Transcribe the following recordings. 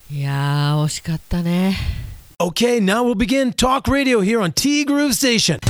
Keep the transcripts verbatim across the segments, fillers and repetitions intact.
いやー惜しかったね。 Okay, now we'll begin Talk Radio here on T Groove Station.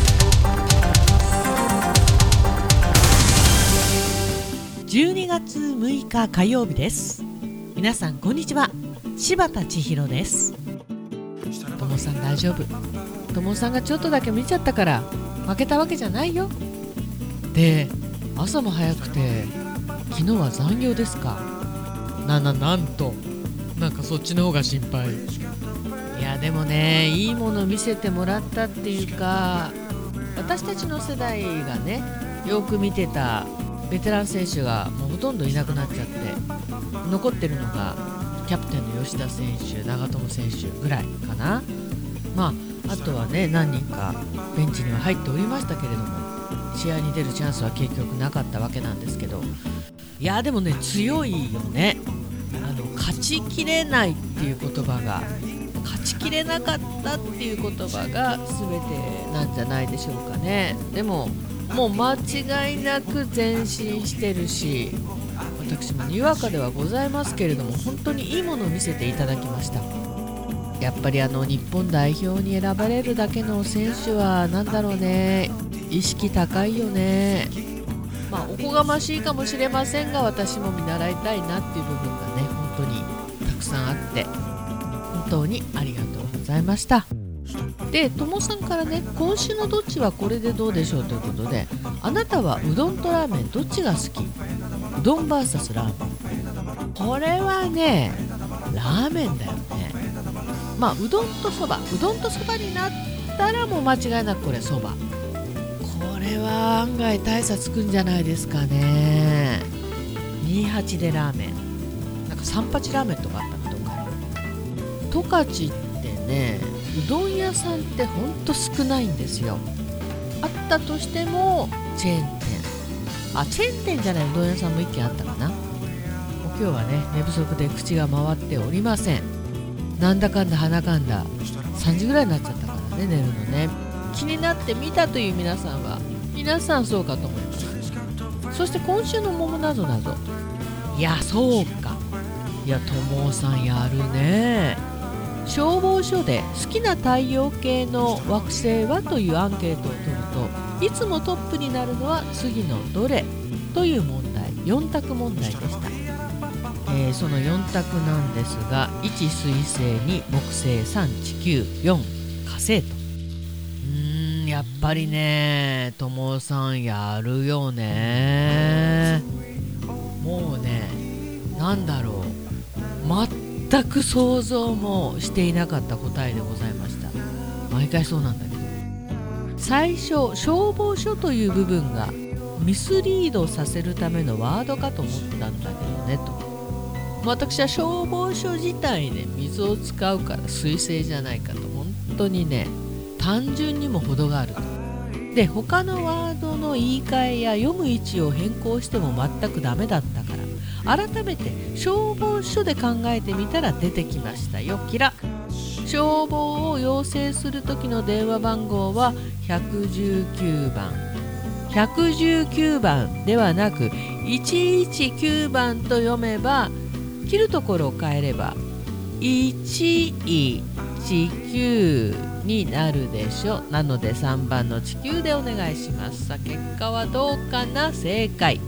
じゅうにがつむいか火曜日です。皆さんこんにちは、柴田千尋です。ともさん大丈夫？ともさんがちょっとだけ見ちゃったから負けたわけじゃないよ。で、朝も早くて昨日は残業ですか？な、な、なんとなんかそっちの方が心配。いやでもね、いいもの見せてもらったっていうか、私たちの世代がねよく見てたベテラン選手がもうほとんどいなくなっちゃって、残ってるのがキャプテンの吉田選手、長友選手ぐらいかな。まああとはね何人かベンチには入っておりましたけれども、試合に出るチャンスは結局なかったわけなんですけど、いやでもね強いよね。あの勝ちきれないっていう言葉が、勝ちきれなかったっていう言葉が全てなんじゃないでしょうかね。でももう間違いなく前進してるし、私もにわかではございますけれども本当にいいものを見せていただきました。やっぱりあの日本代表に選ばれるだけの選手はなんだろうね、意識高いよね。まあおこがましいかもしれませんが、私も見習いたいなっていう部分がね本当にたくさんあって、本当にありがとうございました。で、ともさんからね、今週のどっちはこれでどうでしょうということで、あなたはうどんとラーメンどっちが好き？うどん ブイエス ラーメン。これはねラーメンだよね。まあうどんとそば、うどんとそばになったらもう間違いなくこれそば。これは案外大差つくんじゃないですかね。にじゅうはちでラーメン、なんかさんぱちラーメンとかあったのとか。十勝ってね、うどん屋さんってほんと少ないんですよ。あったとしてもチェーン店、あチェーン店じゃないうどん屋さんもいっけんあったかな。もう今日はね寝不足で口が回っておりません。なんだかんだ鼻かんださんじぐらいになっちゃったからね、寝るのね。気になって見たという皆さんは皆さんそうかと思います。そして今週の桃なぞなぞ、いやそうか、いやともさんやるね。消防署で好きな太陽系の惑星はというアンケートを取ると、いつもトップになるのは次のどれという問題、よん択問題でした。えー、そのよん択なんですが、いち水星、に木星、さん地球、よん火星と。うーんやっぱりねともさんやるよね。もうね、なんだろう、全く想像もしていなかった答えでございました。毎回そうなんだけど、最初消防署という部分がミスリードさせるためのワードかと思ったんだけどねと。私は消防署自体で水を使うから水星じゃないかと、本当にね単純にも程があると。で、他のワードの言い換えや読む位置を変更しても全くダメだったから、改めて消防署で考えてみたら出てきましたよ。キラ。消防を要請する時の電話番号はひゃくじゅうきゅうばん、ひゃくじゅうきゅうばんではなくいちいちきゅうばんと読めば、切るところを変えればいちいちきゅうになるでしょ。なのでさんばんの地球でお願いします。さあ結果はどうかな。正解。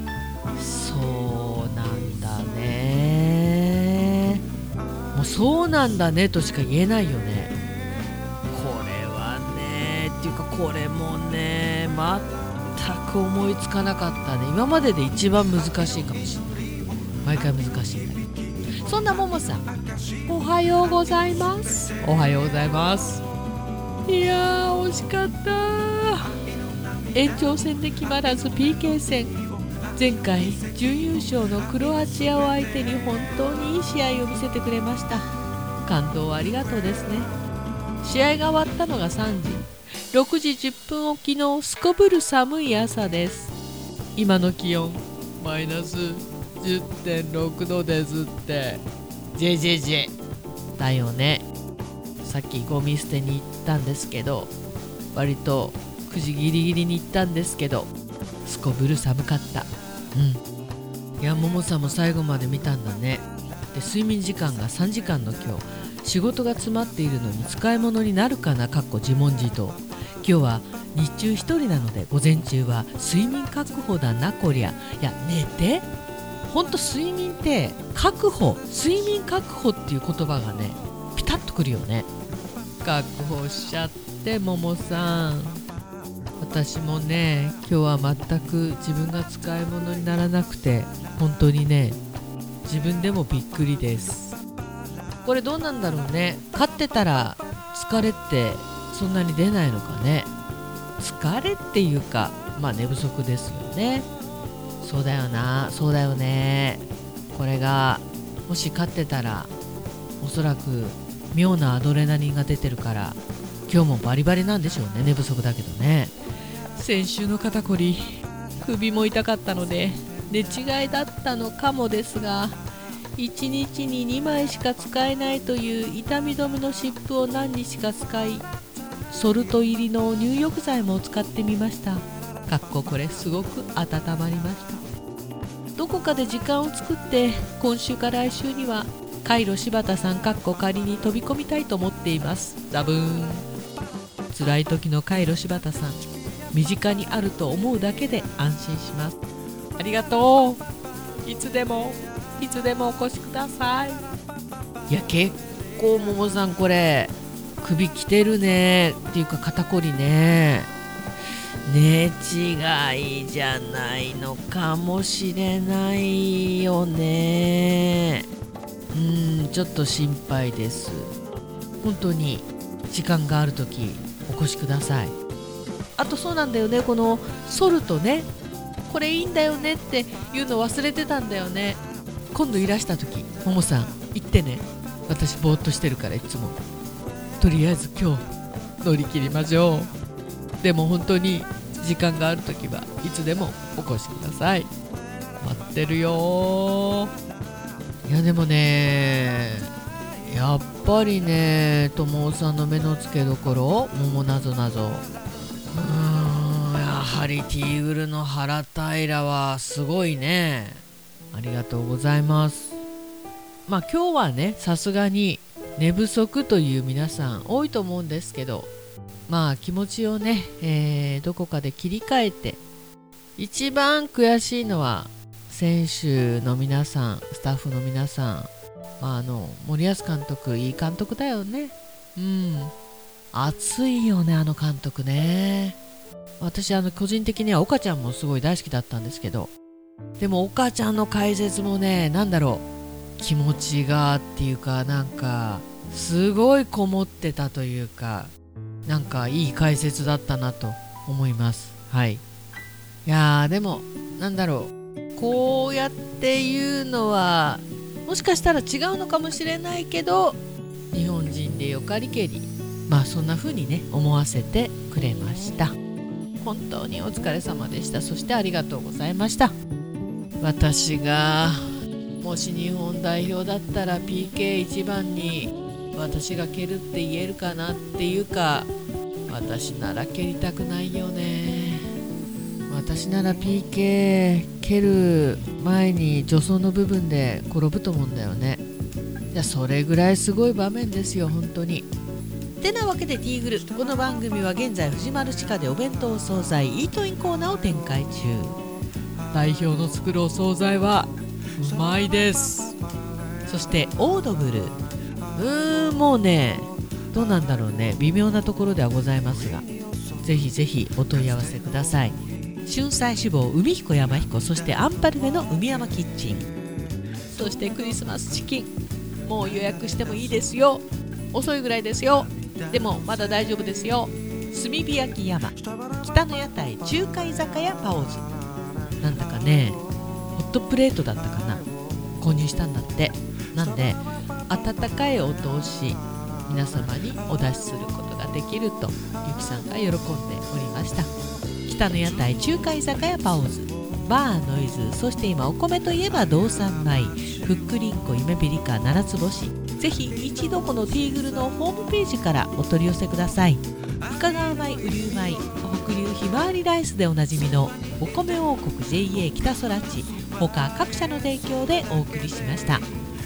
そうなんだね。もうそうなんだねとしか言えないよね。これはねっていうか、これもね全く思いつかなかったね。今までで一番難しいかもしれない。毎回難しいんだけど。そんなももさん、おはようございます。おはようございます。いやー惜しかった。延長戦で決まらず ピーケー 戦、前回準優勝のクロアチアを相手に本当にいい試合を見せてくれました。感動ありがとうですね。試合が終わったのがさんじ、ろくじじゅっぷんおきのすこぶる寒い朝です。今の気温マイナス じゅってんろくどですって。ジェジェジェだよね。さっきゴミ捨てに行ったんですけど、割とくじギリギリに行ったんですけど、すこぶる寒かった。うん。いや、ももさんも最後まで見たんだね。 って睡眠時間がさんじかんの今日、仕事が詰まっているのに使い物になるかなかっこ自問自答。今日は日中一人なので午前中は睡眠確保だなこりゃ。いや寝て、ほんと睡眠って確保、睡眠確保っていう言葉がねピタッとくるよね。確保しちゃってももさん。私もね今日は全く自分が使い物にならなくて本当にね自分でもびっくりです。これどうなんだろうね。飼ってたら疲れってそんなに出ないのかね。疲れっていうかまあ寝不足ですよね。そうだよな、そうだよね。これがもし飼ってたらおそらく妙なアドレナリンが出てるから今日もバリバリなんでしょうね。寝不足だけどね。先週の肩こり、首も痛かったので寝違いだったのかもですが、いちにちににまいしか使えないという痛み止めの湿布を何日か使い、ソルト入りの入浴剤も使ってみました。かっここれすごく温まりました。どこかで時間を作って今週か来週にはカイロ柴田さんかっこ仮に飛び込みたいと思っています。ザブーン。辛い時のカイロ柴田さん、身近にあると思うだけで安心します。ありがとう。いつでもいつでもお越しください。いや結構ももさんこれ首きてるねっていうか肩こりね。寝違いじゃないのかもしれないよね。うーんちょっと心配です。本当に時間があるときお越しください。あとそうなんだよね、このソルトね、これいいんだよねっていうの忘れてたんだよね。今度いらしたときももさん言ってね。私ぼーっとしてるからいつも。とりあえず今日乗り切りましょう。でも本当に時間があるときはいつでもお越しください。待ってるよ。いやでもねやっぱりねともさんの目の付けどころももなぞなぞ、うーんやはりティーグルの原平はすごいね。ありがとうございます。まあ今日はねさすがに寝不足という皆さん多いと思うんですけど、まあ気持ちをね、えー、どこかで切り替えて。一番悔しいのは選手の皆さん、スタッフの皆さん、まあ、あの森保監督いい監督だよね。うん熱いよねあの監督ね。私あの個人的には岡ちゃんもすごい大好きだったんですけど、でも岡ちゃんの解説もねなんだろう気持ちがっていうかなんかすごいこもってたというか、なんかいい解説だったなと思います。はい。いやーでもなんだろうこうやって言うのはもしかしたら違うのかもしれないけど、日本人でよかりけり、まあそんな風にね思わせてくれました。本当にお疲れ様でした。そしてありがとうございました。私がもし日本代表だったら ピーケーいち 番に私が蹴るって言えるかなっていうか、私なら蹴りたくないよね。私なら ピーケー 蹴る前に助走の部分で転ぶと思うんだよね。いやそれぐらいすごい場面ですよ本当に。てなわけでティーグル、この番組は現在藤丸地下でお弁当惣菜イートインコーナーを展開中。代表の作るお惣菜はうまいです。そしてオードブル、うーんもうねどうなんだろうね微妙なところではございますが、ぜひぜひお問い合わせください。春菜志望海彦山彦、そしてアンパルフェの海山キッチン、そしてクリスマスチキン、もう予約してもいいですよ。遅いぐらいですよ。でもまだ大丈夫ですよ。炭火焼き山、北の屋台中華居酒屋パオズ、なんだかねホットプレートだったかな購入したんだって。なんで温かいお通し皆様にお出しすることができるとゆきさんが喜んでおりました。北の屋台中華居酒屋パオズ、バーノイズ、そして今お米といえば道産米、ふっくりんこ夢ピリカ七つ星、ぜひ一度このティーグルのホームページからお取り寄せください。深川米、雨竜米、北流ひまわりライスでおなじみのお米王国 ジェイエー 北空地他各社の提供でお送りしました。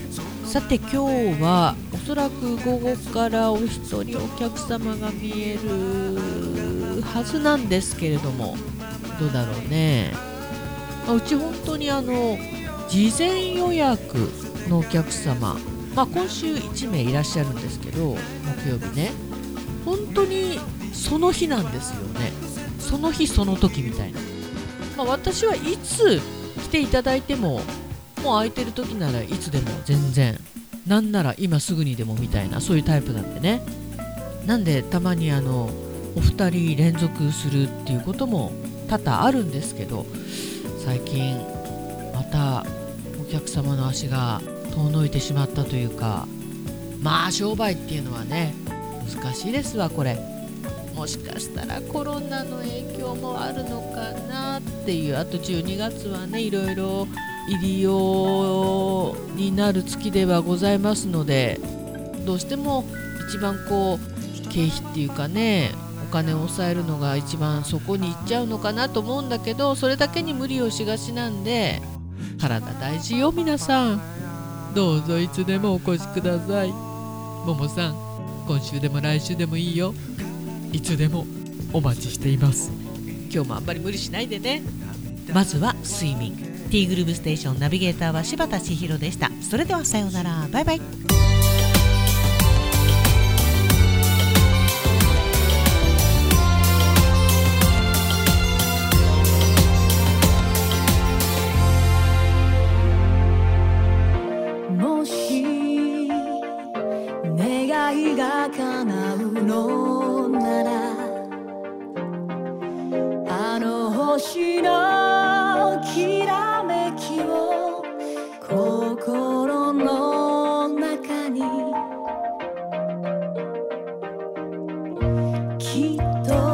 さて今日はおそらく午後からお一人お客様が見えるはずなんですけれども、どうだろうね。うち本当にあの事前予約のお客様、まあ、今週いちめいいらっしゃるんですけど、木曜日ね、本当にその日なんですよね。その日その時みたいな、まあ、私はいつ来ていただいてももう空いてる時ならいつでも全然、なんなら今すぐにでもみたいな、そういうタイプなんでね。なんでたまにあのお二人連続するっていうことも多々あるんですけど、最近またお客様の足が遠のいてしまったというか、まあ商売っていうのはね難しいですわ。これもしかしたらコロナの影響もあるのかなっていう。あとじゅうにがつはねいろいろ入り用になる月ではございますので、どうしても一番こう経費っていうかね、お金を抑えるのが一番そこに行っちゃうのかなと思うんだけど、それだけに無理をしがちなんで、体大事よ皆さん。どうぞいつでもお越しください。ももさん、今週でも来週でもいいよ。いつでもお待ちしています。今日もあんまり無理しないでね。まずは睡眠。ティーグルーヴステーションナビゲーターは柴田千尋でした。それではさようなら、バイバイ。 もし願いが叶うのなら、あの星のきらめきを心の中にきっと